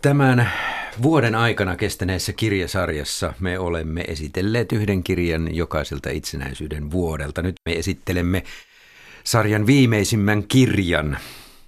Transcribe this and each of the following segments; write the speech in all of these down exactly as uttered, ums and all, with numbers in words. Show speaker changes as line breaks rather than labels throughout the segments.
Tämän vuoden aikana kestäneessä kirjasarjassa me olemme esitelleet yhden kirjan jokaiselta itsenäisyyden vuodelta. Nyt me esittelemme sarjan viimeisimmän kirjan.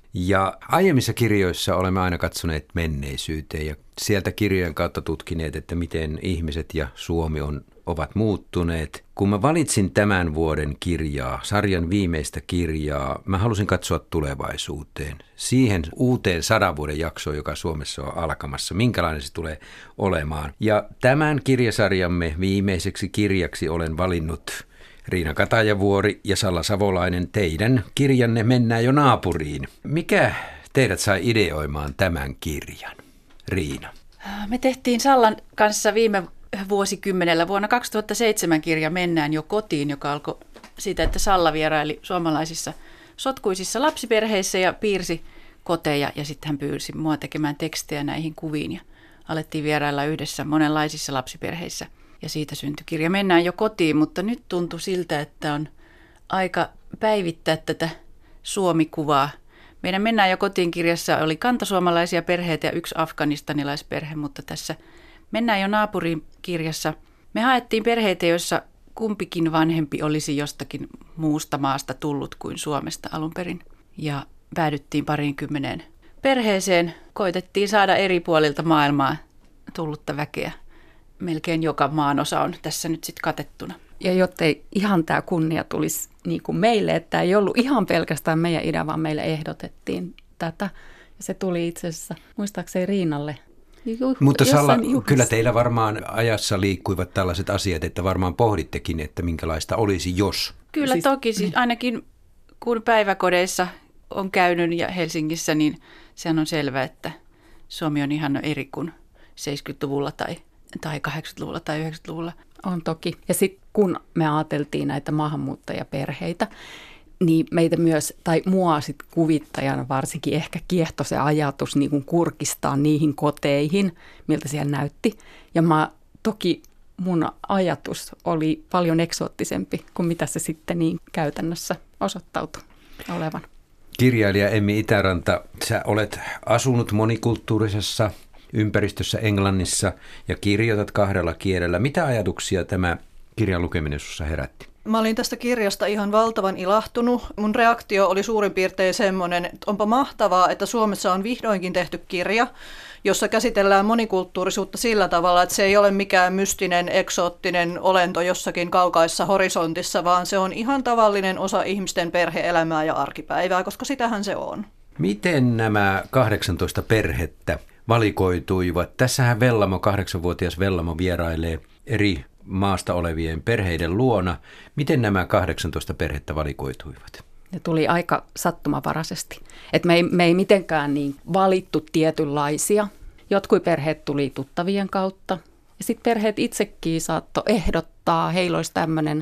Ja aiemmissa kirjoissa olemme aina katsoneet menneisyyteen ja sieltä kirjojen kautta tutkineet, että miten ihmiset ja Suomi on, ovat muuttuneet. Kun mä valitsin tämän vuoden kirjaa, sarjan viimeistä kirjaa, mä halusin katsoa tulevaisuuteen. Siihen uuteen sadan vuoden jaksoon, joka Suomessa on alkamassa, minkälainen se tulee olemaan. Ja tämän kirjasarjamme viimeiseksi kirjaksi olen valinnut Riina Katajavuori ja Salla Savolainen, teidän kirjanne Mennään jo naapuriin. Mikä teidät sai ideoimaan tämän kirjan, Riina?
Me tehtiin Sallan kanssa viime vuosikymmenellä vuonna kaksituhattaseitsemän kirja Mennään jo kotiin, joka alkoi siitä, että Salla vieraili suomalaisissa sotkuisissa lapsiperheissä ja piirsi koteja ja sitten hän pyysi mua tekemään tekstejä näihin kuviin ja alettiin vierailla yhdessä monenlaisissa lapsiperheissä. Ja siitä syntyi kirja Mennään jo kotiin, mutta nyt tuntui siltä, että on aika päivittää tätä Suomi-kuvaa. Meidän Mennään jo kotiin -kirjassa oli kantasuomalaisia perheitä ja yksi afganistanilaisperhe, mutta tässä Mennään jo naapuriin -kirjassa me haettiin perheitä, joissa kumpikin vanhempi olisi jostakin muusta maasta tullut kuin Suomesta alun perin. Ja päädyttiin pariinkymmeneen perheeseen, koitettiin saada eri puolilta maailmaa tullutta väkeä. Melkein joka maanosa on tässä nyt sitten katettuna.
Ja jottei ihan tämä kunnia tulisi niin kuin meille, että ei ollut ihan pelkästään meidän idea, vaan meille ehdotettiin tätä. Ja se tuli itse asiassa, muistaakseni Riinalle. Juh,
Mutta Salla, kyllä teillä varmaan ajassa liikkuivat tällaiset asiat, että varmaan pohdittekin, että minkälaista olisi jos.
Kyllä siis, toki, siis ainakin kun päiväkodeissa on käynyt ja Helsingissä, niin sehän on selvää, että Suomi on ihan eri kuin seitsemänkymmentäluvulla tai tai kahdeksankymmentäluvulla tai yhdeksänkymmentäluvulla.
On toki. Ja sitten kun me ajateltiin näitä maahanmuuttajaperheitä, niin meitä myös, tai mua sitten kuvittajana varsinkin ehkä kiehtoi se ajatus niin kuin kurkistaa niihin koteihin, miltä siellä näytti. Ja mä, toki mun ajatus oli paljon eksoottisempi kuin mitä se sitten niin käytännössä osoittautui olevan.
Kirjailija Emmi Itäranta, sä olet asunut monikulttuurisessa ympäristössä Englannissa ja kirjoitat kahdella kielellä. Mitä ajatuksia tämä kirjan lukeminen sinussa herätti?
Mä olin tästä kirjasta ihan valtavan ilahtunut. Mun reaktio oli suurin piirtein semmoinen, että onpa mahtavaa, että Suomessa on vihdoinkin tehty kirja, jossa käsitellään monikulttuurisuutta sillä tavalla, että se ei ole mikään mystinen, eksoottinen olento jossakin kaukaisessa horisontissa, vaan se on ihan tavallinen osa ihmisten perhe-elämää ja arkipäivää, koska sitähän se on.
Miten nämä kahdeksantoista perhettä valikoituivat? Tässähän Vellamo, kahdeksanvuotias Vellamo vierailee eri maasta olevien perheiden luona. Miten nämä kahdeksantoista perhettä valikoituivat?
Ne tuli aika sattumavaraisesti. Et me, ei, me ei mitenkään niin valittu tietynlaisia. Jotkut perheet tuli tuttavien kautta. Ja sitten perheet itsekin saattoi ehdottaa, heillä olisi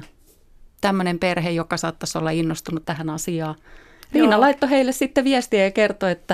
tämmöinen perhe, joka saattaisi olla innostunut tähän asiaan. Riina Joo. laittoi heille sitten viestiä ja kertoi, että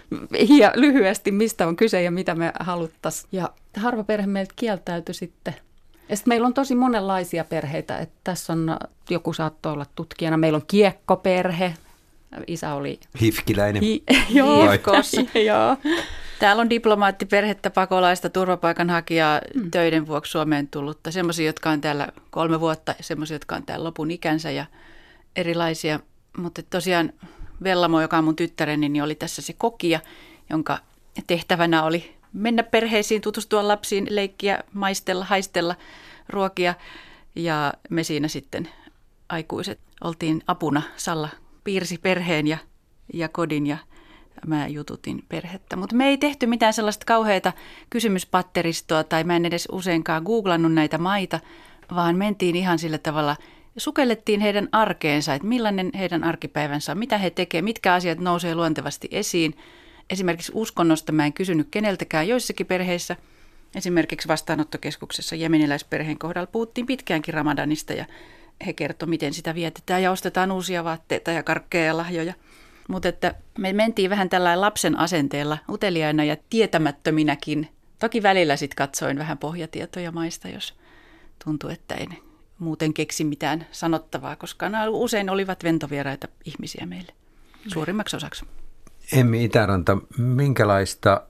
ja lyhyesti mistä on kyse ja mitä me haluttaisiin. Ja harva perhe meiltä kieltäytyi sitten. Ja sitten meillä on tosi monenlaisia perheitä. Että tässä on, joku saattoi olla tutkijana. Meillä on kiekkoperhe. Isä oli
hifkiläinen.
Hi- Joo.
Joo. Täällä on diplomaattiperhettä, pakolaista, turvapaikanhakijaa, hmm. töiden vuoksi Suomeen tullutta. Semmoisia, jotka on täällä kolme vuotta ja semmoisia, jotka on täällä lopun ikänsä ja erilaisia. Mutta tosiaan Vellamo, joka on mun tyttäreni, niin oli tässä se kokija, jonka tehtävänä oli mennä perheisiin, tutustua lapsiin, leikkiä, maistella, haistella ruokia. Ja me siinä sitten aikuiset oltiin apuna. Salla piirsi perheen ja, ja kodin ja mä jututin perhettä. Mutta me ei tehty mitään sellaista kauheata kysymyspatteristoa tai mä en edes useinkaan googlannut näitä maita, vaan mentiin ihan sillä tavalla – sukellettiin heidän arkeensa, että millainen heidän arkipäivänsä on, mitä he tekevät, mitkä asiat nousee luontevasti esiin. Esimerkiksi uskonnosta mä en kysynyt keneltäkään joissakin perheissä. Esimerkiksi vastaanottokeskuksessa jemeniläisperheen kohdalla puhuttiin pitkäänkin Ramadanista ja he kertoi, miten sitä vietetään ja ostetaan uusia vaatteita ja karkkeja ja lahjoja. Mutta että me mentiin vähän tällainen lapsen asenteella uteliaina ja tietämättöminäkin. Toki välillä sitten katsoin vähän pohjatietoja maista, jos tuntui, että ei muuten keksi mitään sanottavaa, koska nämä usein olivat ventovieraita ihmisiä meille suurimmaksi osaksi.
Emmi Itäranta, minkälaista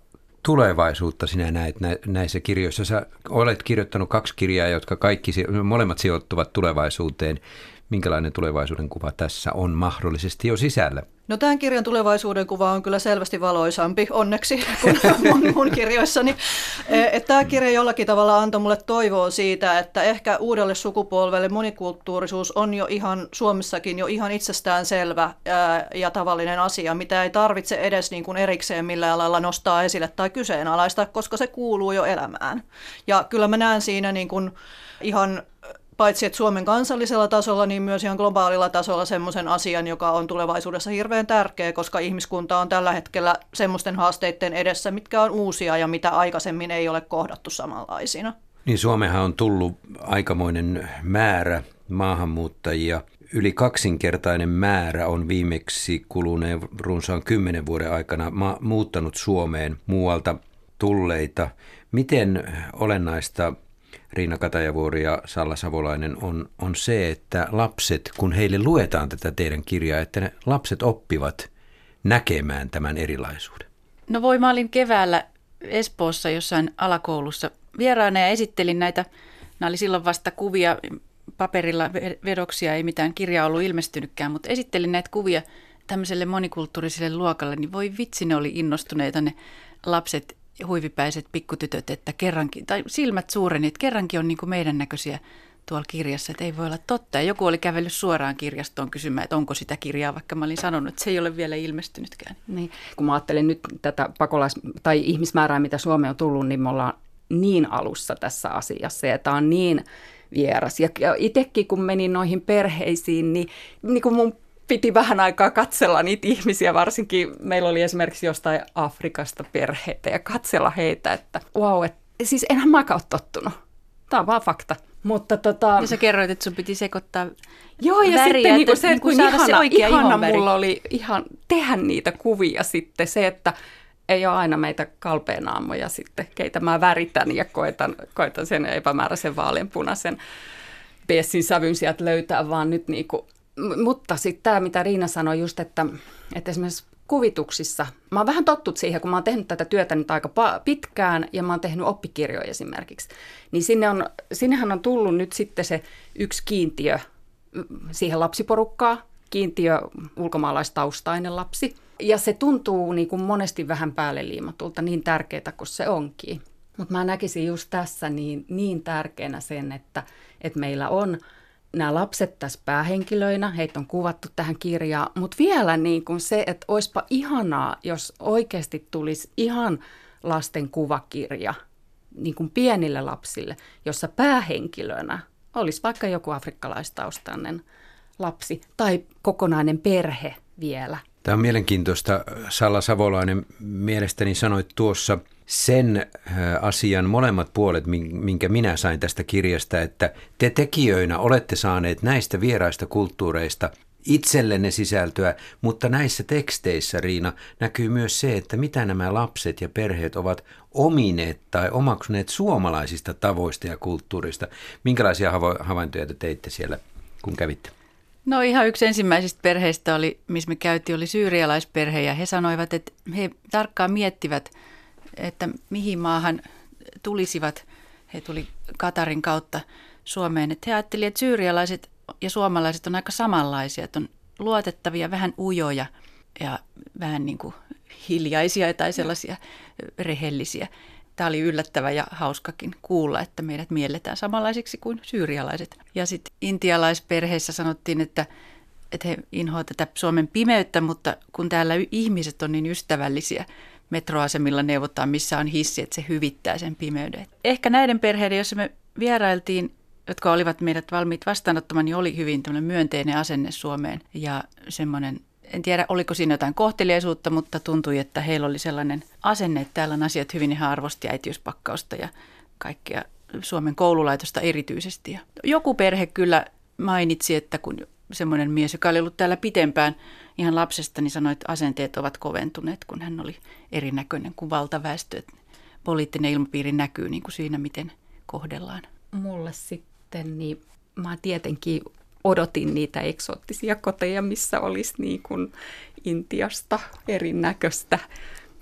tulevaisuutta sinä näet näissä kirjoissa? Sä olet kirjoittanut kaksi kirjaa, jotka kaikki, molemmat sijoittuvat tulevaisuuteen. Minkälainen tulevaisuuden kuva tässä on mahdollisesti jo sisällä?
No tämän kirjan tulevaisuuden kuva on kyllä selvästi valoisampi, onneksi, kuin mun, mun kirjoissani. Että tämä kirja jollakin tavalla antoi mulle toivoa siitä, että ehkä uudelle sukupolvelle monikulttuurisuus on jo ihan Suomessakin jo ihan itsestään selvä ää, ja tavallinen asia, mitä ei tarvitse edes niin kuin erikseen millään lailla nostaa esille tai kyseenalaista, koska se kuuluu jo elämään. Ja kyllä mä näen siinä niin kuin ihan paitsi että Suomen kansallisella tasolla, niin myös ihan globaalilla tasolla semmoisen asian, joka on tulevaisuudessa hirveän tärkeä, koska ihmiskunta on tällä hetkellä semmoisten haasteiden edessä, mitkä on uusia ja mitä aikaisemmin ei ole kohdattu samanlaisina.
Niin Suomehan on tullut aikamoinen määrä maahanmuuttajia. Yli kaksinkertainen määrä on viimeksi kuluneen runsaan kymmenen vuoden aikana ma- muuttanut Suomeen muualta tulleita. Miten olennaista, Riina Katajavuori ja Salla Savolainen, on, on se, että lapset, kun heille luetaan tätä teidän kirjaa, että ne lapset oppivat näkemään tämän erilaisuuden?
No voi, mä olin keväällä Espoossa jossain alakoulussa vieraana ja esittelin näitä. Nämä oli silloin vasta kuvia, paperilla vedoksia, ei mitään kirjaa ollut ilmestynytkään, mutta esittelin näitä kuvia tämmöiselle monikulttuuriselle luokalle, niin voi vitsi, ne oli innostuneita ne lapset, huivipäiset pikkutytöt, että kerrankin, tai silmät suureni, että kerrankin on niin kuin meidän näköisiä tuolla kirjassa, että ei voi olla totta. Ja joku oli kävellyt suoraan kirjastoon kysymään, että onko sitä kirjaa, vaikka mä olin sanonut, että se ei ole vielä ilmestynytkään.
Niin, kun mä ajattelen nyt tätä pakolais- tai ihmismäärää, mitä Suomeen on tullut, niin me ollaan niin alussa tässä asiassa ja tämä on niin vieras. Ja itsekin kun menin noihin perheisiin, niin, niin kun mun piti vähän aikaa katsella niitä ihmisiä, varsinkin meillä oli esimerkiksi jostain Afrikasta perheitä ja katsella heitä, että wow, et, siis enhän mäkään ole tottunut. Tämä on vaan fakta. Mutta tota,
ja sä kerroit, että sun piti sekoittaa
joo, ja
väriä,
sitten niinku
että,
se, että
niin
kun
ihana,
ihana, ihana mulla
väri.
oli ihan tehdä niitä kuvia sitten, se, että ei ole aina meitä kalpeenaamoja sitten, keitä mä väritän ja koitan, koitan sen epämääräisen vaaleanpunaisen beessin sävyn sieltä löytää, vaan nyt niinku, mutta sitten tämä, mitä Riina sanoi just, että, että esimerkiksi kuvituksissa, mä oon vähän tottut siihen, kun mä oon tehnyt tätä työtä nyt aika pitkään ja mä oon tehnyt oppikirjoja esimerkiksi, niin sinne on, sinnehän on tullut nyt sitten se yksi kiintiö siihen lapsiporukkaan, kiintiö ulkomaalaistaustainen lapsi. Ja se tuntuu niin kuin monesti vähän päälle liimatulta, niin tärkeää kuin se onkin. Mutta mä näkisin just tässä niin, niin tärkeänä sen, että, että meillä on nämä lapset tässä päähenkilöinä, heitä on kuvattu tähän kirjaan, mutta vielä niin kuin se, että olisipa ihanaa, jos oikeasti tulisi ihan lasten kuvakirja niin kuin pienille lapsille, jossa päähenkilönä olisi vaikka joku afrikkalaistaustainen lapsi tai kokonainen perhe vielä.
Tämä on mielenkiintoista. Salla Savolainen, mielestäni sanoit tuossa sen asian molemmat puolet, minkä minä sain tästä kirjasta, että te tekijöinä olette saaneet näistä vieraista kulttuureista itsellenne sisältöä, mutta näissä teksteissä, Riina, näkyy myös se, että mitä nämä lapset ja perheet ovat omineet tai omaksuneet suomalaisista tavoista ja kulttuurista. Minkälaisia havaintoja te teitte siellä, kun kävitte?
No ihan yksi ensimmäisistä perheistä, oli, missä me käytiin, oli syyrialaisperhe ja he sanoivat, että he tarkkaan miettivät, että mihin maahan tulisivat. He tuli Katarin kautta Suomeen, että he ajattelivat, että syyrialaiset ja suomalaiset on aika samanlaisia, että on luotettavia, vähän ujoja ja vähän niin kuin hiljaisia tai sellaisia rehellisiä. Tämä oli yllättävä ja hauskakin kuulla, että meidät mielletään samanlaisiksi kuin syyrialaiset. Ja sitten intialaisperheessä sanottiin, että, että he inhoavat tätä Suomen pimeyttä, mutta kun täällä ihmiset on niin ystävällisiä, metroasemilla neuvotaan, missä on hissi, että se hyvittää sen pimeyden. Ehkä näiden perheiden, joissa me vierailtiin, jotka olivat meidät valmiit vastaanottamaan, niin oli hyvin tämmöinen myönteinen asenne Suomeen ja semmoinen, en tiedä oliko siinä jotain kohteliaisuutta, mutta tuntui, että heillä oli sellainen asenne, että täällä on asiat hyvin, he arvosti äitiyspakkausta ja kaikkea Suomen koululaitosta erityisesti. Ja joku perhe kyllä mainitsi, että kun semmoinen mies, joka oli ollut täällä pitempään ihan lapsesta, niin sanoi, että asenteet ovat koventuneet, kun hän oli erinäköinen kuin valtaväestö. Että poliittinen ilmapiiri näkyy niin kuin siinä, miten kohdellaan.
Mulle sitten, niin mä tietenkin odotin niitä eksoottisia koteja, missä olisi niin kuin Intiasta erinäköistä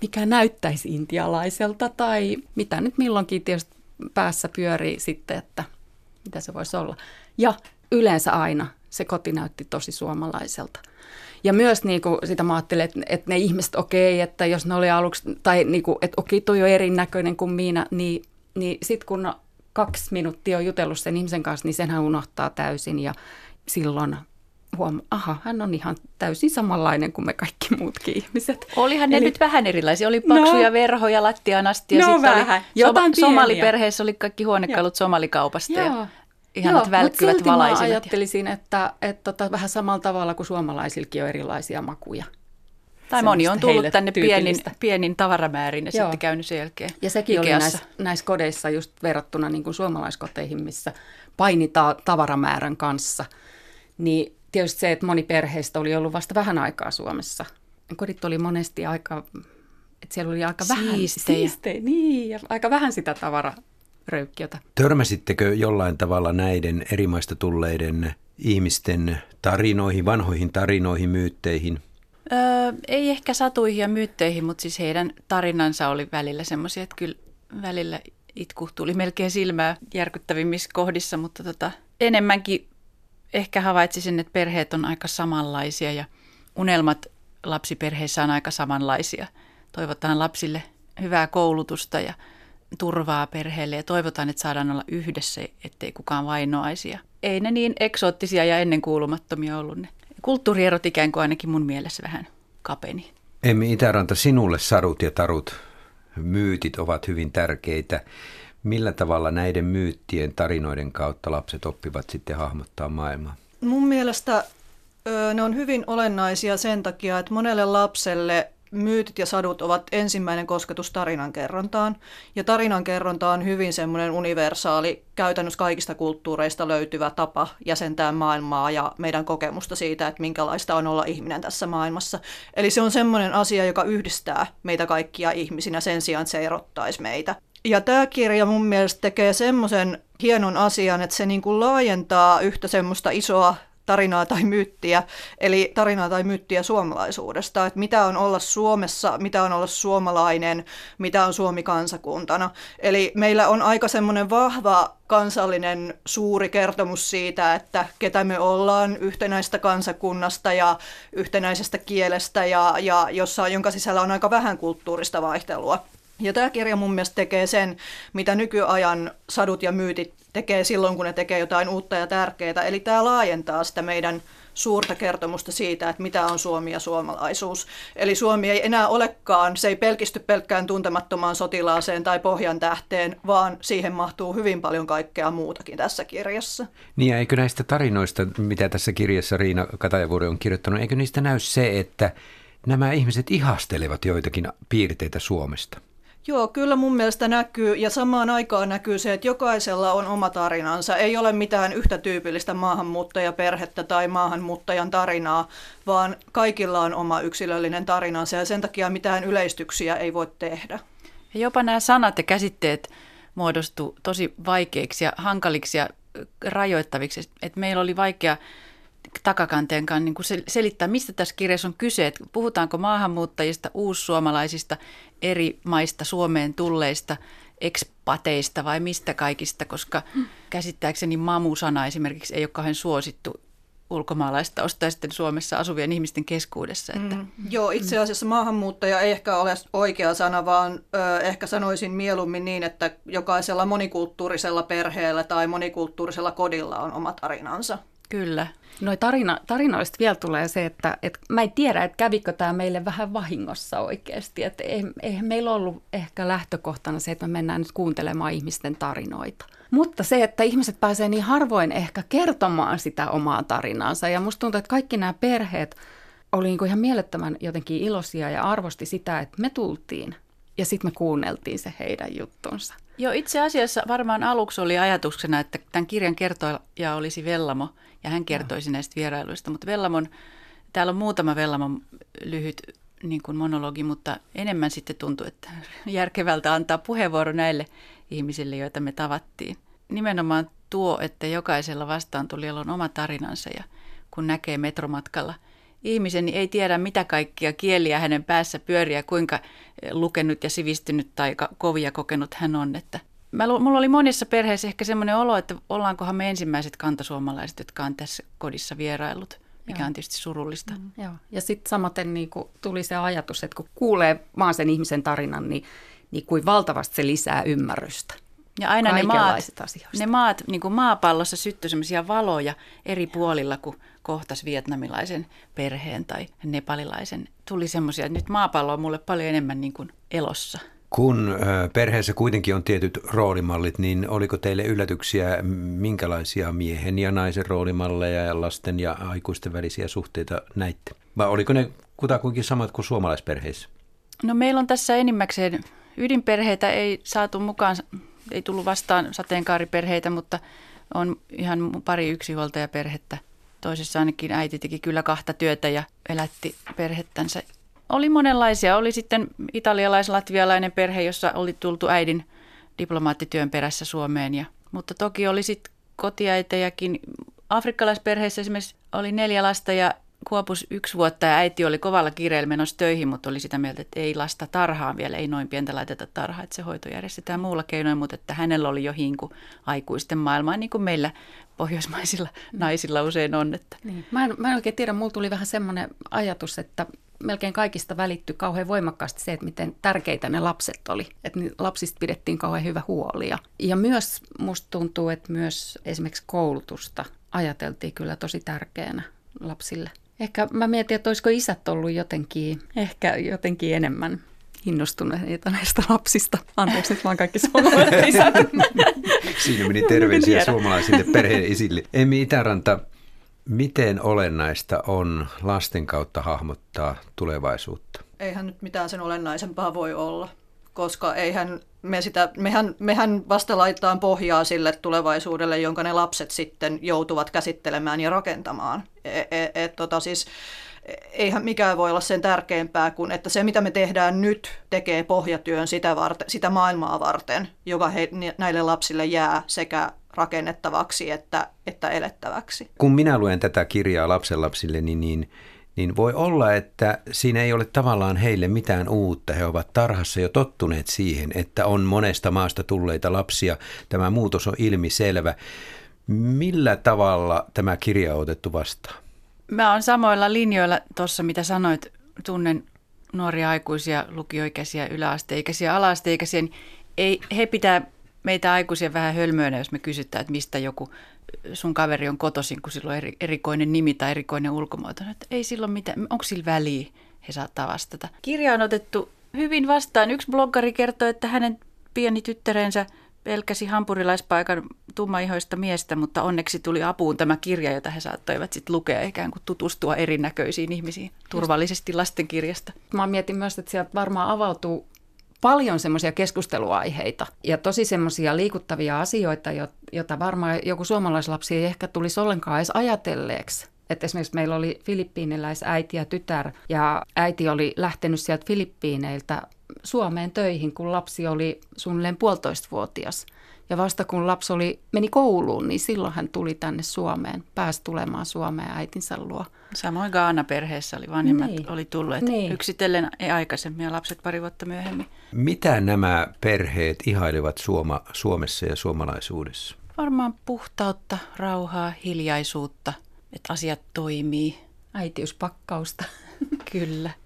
mikä näyttäisi intialaiselta tai mitä nyt milloinkin tietysti päässä pyörii sitten, että mitä se voisi olla. Ja yleensä aina se koti näytti tosi suomalaiselta. Ja myös niin kuin sitä mä ajattelin, että, että ne ihmiset, okei, että jos ne oli aluksi, tai niin kuin, että okei, toi on erinäköinen kuin minä, niin, niin sitten kun kaksi minuuttia on jutellut sen ihmisen kanssa, niin senhän unohtaa täysin ja silloin huomaa, aha, hän on ihan täysin samanlainen kuin me kaikki muutkin ihmiset.
Olihan ne Eli, nyt vähän erilaisia. Oli paksuja no, verhoja lattiaan asti ja no, sitten oli Jotain soma, somaliperheessä oli kaikki huonekalut somalikaupasta ja, ja ihanat Joo, välkkyvät
mutta
valaisimet.
Mä ajattelisin, että, että tota, vähän samalla tavalla kuin suomalaisillakin on erilaisia makuja.
Tai moni on tullut tänne pienin, pienin tavaramäärin ja Joo. sitten käynyt sen jälkeen
Ja sekin Ikeassa. Oli näissä, näissä kodeissa just verrattuna niin kuin suomalaiskoteihin, missä painitaan tavaramäärän kanssa. Niin tietysti se, että moni perheistä oli ollut vasta vähän aikaa Suomessa. Kodit oli monesti aika, että siellä oli aika vähän siistejä. Niin, ja aika vähän sitä tavararöykkiötä.
Törmäsittekö jollain tavalla näiden eri maista tulleiden ihmisten tarinoihin, vanhoihin tarinoihin, myytteihin?
Öö, ei ehkä satuihin ja myytteihin, mutta siis heidän tarinansa oli välillä semmoisia, että kyllä välillä itku tuli melkein silmää järkyttävimmissä kohdissa, mutta tota, enemmänkin ehkä havaitsisin, että perheet on aika samanlaisia ja unelmat lapsiperheissä on aika samanlaisia. Toivotaan lapsille hyvää koulutusta ja turvaa perheelle ja toivotaan, että saadaan olla yhdessä, ettei kukaan vainoaisi. Ja ei ne niin eksoottisia ja ennenkuulumattomia ollut ne. Kulttuurierot ikään kuin ainakin mun mielessä vähän kapeni.
Emmi Itäranta, sinulle sadut ja tarut, myytit ovat hyvin tärkeitä. Millä tavalla näiden myyttien, tarinoiden kautta lapset oppivat sitten hahmottaa maailmaa?
Mun mielestä ö, ne on hyvin olennaisia sen takia, että monelle lapselle myytit ja sadut ovat ensimmäinen kosketus tarinankerrontaan. Ja tarinankerronta on hyvin semmoinen universaali, käytännössä kaikista kulttuureista löytyvä tapa jäsentää maailmaa ja meidän kokemusta siitä, että minkälaista on olla ihminen tässä maailmassa. Eli se on semmoinen asia, joka yhdistää meitä kaikkia ihmisinä sen sijaan, että se erottaisi meitä. Ja tämä kirja mun mielestä tekee semmoisen hienon asian, että se niin kuin laajentaa yhtä semmoista isoa tarinaa tai myyttiä, eli tarinaa tai myyttiä suomalaisuudesta, että mitä on olla Suomessa, mitä on olla suomalainen, mitä on Suomi kansakuntana. Eli meillä on aika semmoinen vahva kansallinen suuri kertomus siitä, että ketä me ollaan yhtenäistä kansakunnasta ja yhtenäisestä kielestä, ja, ja jossa, jonka sisällä on aika vähän kulttuurista vaihtelua. Ja tämä kirja mun mielestä tekee sen, mitä nykyajan sadut ja myytit tekee silloin, kun ne tekee jotain uutta ja tärkeää. Eli tämä laajentaa sitä meidän suurta kertomusta siitä, että mitä on Suomi ja suomalaisuus. Eli Suomi ei enää olekaan, se ei pelkisty pelkkään tuntemattomaan sotilaaseen tai pohjan tähteen, vaan siihen mahtuu hyvin paljon kaikkea muutakin tässä kirjassa.
Niin ja eikö näistä tarinoista, mitä tässä kirjassa Riina Katajavuori on kirjoittanut, eikö niistä näy se, että nämä ihmiset ihastelevat joitakin piirteitä Suomesta?
Joo, kyllä mun mielestä näkyy ja samaan aikaan näkyy se, että jokaisella on oma tarinansa. Ei ole mitään yhtä tyypillistä maahanmuuttajaperhettä tai maahanmuuttajan tarinaa, vaan kaikilla on oma yksilöllinen tarinansa ja sen takia mitään yleistyksiä ei voi tehdä.
Ja jopa nämä sanat ja käsitteet muodostu tosi vaikeiksi ja hankaliksi ja rajoittaviksi, että meillä oli vaikea takakanteenkaan niin kuin selittää, mistä tässä kirjassa on kyse. Että puhutaanko maahanmuuttajista, uussuomalaisista, eri maista Suomeen tulleista, ekspateista vai mistä kaikista, koska käsittääkseni mamu-sana esimerkiksi ei ole kauhean suosittu ulkomaalaista ostaa sitten Suomessa asuvien ihmisten keskuudessa. Että.
Mm. Joo, itse asiassa maahanmuuttaja ei ehkä ole oikea sana, vaan ö, ehkä sanoisin mieluummin niin, että jokaisella monikulttuurisella perheellä tai monikulttuurisella kodilla on oma tarinansa.
Kyllä.
Noi tarina, tarinoista vielä tulee se, että, että mä en tiedä, että kävikö tämä meille vähän vahingossa oikeasti. Että eihän meillä ollut ehkä lähtökohtana se, että me mennään nyt kuuntelemaan ihmisten tarinoita. Mutta se, että ihmiset pääsee niin harvoin ehkä kertomaan sitä omaa tarinaansa. Ja musta tuntuu, että kaikki nämä perheet oli niin kuin ihan mielettömän jotenkin iloisia ja arvosti sitä, että me tultiin. Ja sitten me kuunneltiin se heidän juttunsa.
Joo, itse asiassa varmaan aluksi oli ajatuksena, että tämän kirjan kertoja olisi Vellamo ja hän kertoisi no. näistä vierailuista. Mutta Vellamon, täällä on muutama Vellamon lyhyt niin kuin monologi, mutta enemmän sitten tuntui, että järkevältä antaa puheenvuoro näille ihmisille, joita me tavattiin. Nimenomaan tuo, että jokaisella vastaantulijalla on oma tarinansa ja kun näkee metromatkalla ihmisen, niin ei tiedä mitä kaikkia kieliä hänen päässä pyörii ja kuinka lukenut ja sivistynyt tai kovia kokenut hän on. Että mä, mulla oli monissa perheissä ehkä semmoinen olo, että ollaankohan me ensimmäiset kantasuomalaiset, jotka on tässä kodissa vieraillut, mikä Joo. on tietysti surullista.
Mm, joo. Ja sitten samaten niin kun tuli se ajatus, että kun kuulee vaan sen ihmisen tarinan, niin, niin kuin valtavasti se lisää ymmärrystä.
Ja aina ne maat, ne maat niin kuin maapallossa syttyi semmoisia valoja eri puolilla, kun kohtas vietnamilaisen perheen tai nepalilaisen. Tuli semmoisia, että nyt maapallo on mulle paljon enemmän niin kuin elossa.
Kun perheessä kuitenkin on tietyt roolimallit, niin oliko teille yllätyksiä, minkälaisia miehen ja naisen roolimalleja ja lasten ja aikuisten välisiä suhteita näitte? Vai oliko ne kutakuinkin samat kuin suomalaisperheissä?
No meillä on tässä enimmäkseen ydinperheitä, ei saatu mukaan, ei tullut vastaan sateenkaariperheitä, mutta on ihan pari yksinhuoltajaperhettä. Toisessa ainakin äiti teki kyllä kahta työtä ja elätti perhettänsä. Oli monenlaisia. Oli sitten italialais-latvialainen perhe, jossa oli tultu äidin diplomaattityön perässä Suomeen. Ja, mutta toki oli sitten kotiäitejäkin. Afrikkalaisperheessä esimerkiksi oli neljä lasta ja kuopus yksi vuotta ja äiti oli kovalla kiireellä menossa töihin, mutta oli sitä mieltä, että ei lasta tarhaan vielä, ei noin pientä laiteta tarhaan, että se hoito järjestetään muulla keinoin, mutta että hänellä oli jo hinku aikuisten maailmaan, niin kuin meillä pohjoismaisilla naisilla usein on. Että.
Niin. Mä, en, mä en oikein tiedä, mulla tuli vähän semmoinen ajatus, että melkein kaikista välittyi kauhean voimakkaasti se, että miten tärkeitä ne lapset oli. Että lapsista pidettiin kauhean hyvä huoli. Ja, ja myös musta tuntuu, että myös esimerkiksi koulutusta ajateltiin kyllä tosi tärkeänä lapsille. Ehkä mä mietin, että olisiko isät ollut jotenkin, ehkä jotenkin enemmän innostuneita näistä lapsista. Anteeksi, nyt vaan kaikki suomalaiset isät.
Siinä meni terveisiä suomalaisille perheen isille. Emmi Itäranta, miten olennaista on lasten kautta hahmottaa tulevaisuutta?
Eihän nyt mitään sen olennaisempaa voi olla, koska eihän me sitä, mehän, mehän vasta laitetaan pohjaa sille tulevaisuudelle, jonka ne lapset sitten joutuvat käsittelemään ja rakentamaan. E, e, et, tota, siis, eihän mikään voi olla sen tärkeämpää kuin, että se mitä me tehdään nyt tekee pohjatyön sitä, varten, sitä maailmaa varten, joka he, näille lapsille jää sekä rakennettavaksi että, että elettäväksi.
Kun minä luen tätä kirjaa lapsenlapsille, niin, niin, niin voi olla, että siinä ei ole tavallaan heille mitään uutta. He ovat tarhassa jo tottuneet siihen, että on monesta maasta tulleita lapsia. Tämä muutos on ilmiselvä. Millä tavalla tämä kirja on otettu vastaan?
Mä oon samoilla linjoilla tuossa, mitä sanoit. Tunnen nuoria aikuisia, lukioikäisiä, yläasteikäisiä, ala-asteikäisiä. Ei, he pitää meitä aikuisia vähän hölmöönä, jos me kysytään, että mistä joku sun kaveri on kotoisin, kun sillä on eri, erikoinen nimi tai erikoinen ulkomuoto. Että ei silloin mitään, onko sillä väliä, he saattaa vastata. Kirja on otettu hyvin vastaan. Yksi bloggari kertoi, että hänen pieni tyttärensä pelkäsi hampurilaispaikan tummaihoista miestä, mutta onneksi tuli apuun tämä kirja, jota he saattoivat sitten lukea, ikään kuin tutustua erinäköisiin ihmisiin turvallisesti lastenkirjasta.
Mä mietin myös, että sieltä varmaan avautuu paljon semmoisia keskusteluaiheita ja tosi semmoisia liikuttavia asioita, joita varmaan joku suomalaislapsi ei ehkä tulisi ollenkaan edes ajatelleeksi. Että esimerkiksi meillä oli filippiiniläisäiti ja tytär ja äiti oli lähtenyt sieltä Filippiineiltä Suomeen töihin, kun lapsi oli suunnilleen puolitoistavuotias. Ja vasta kun lapsi oli, meni kouluun, niin silloin hän tuli tänne Suomeen, pääsi tulemaan Suomeen äitinsä luo.
Samoin Gaana-perheessä oli vanhemmat
niin.
oli tulleet
niin.
yksitellen ei aikaisemmin ja lapset pari vuotta myöhemmin.
Mitä nämä perheet ihailivat Suoma, Suomessa ja suomalaisuudessa?
Varmaan puhtautta, rauhaa, hiljaisuutta, että asiat toimii.
Äitiyspakkausta.
Kyllä.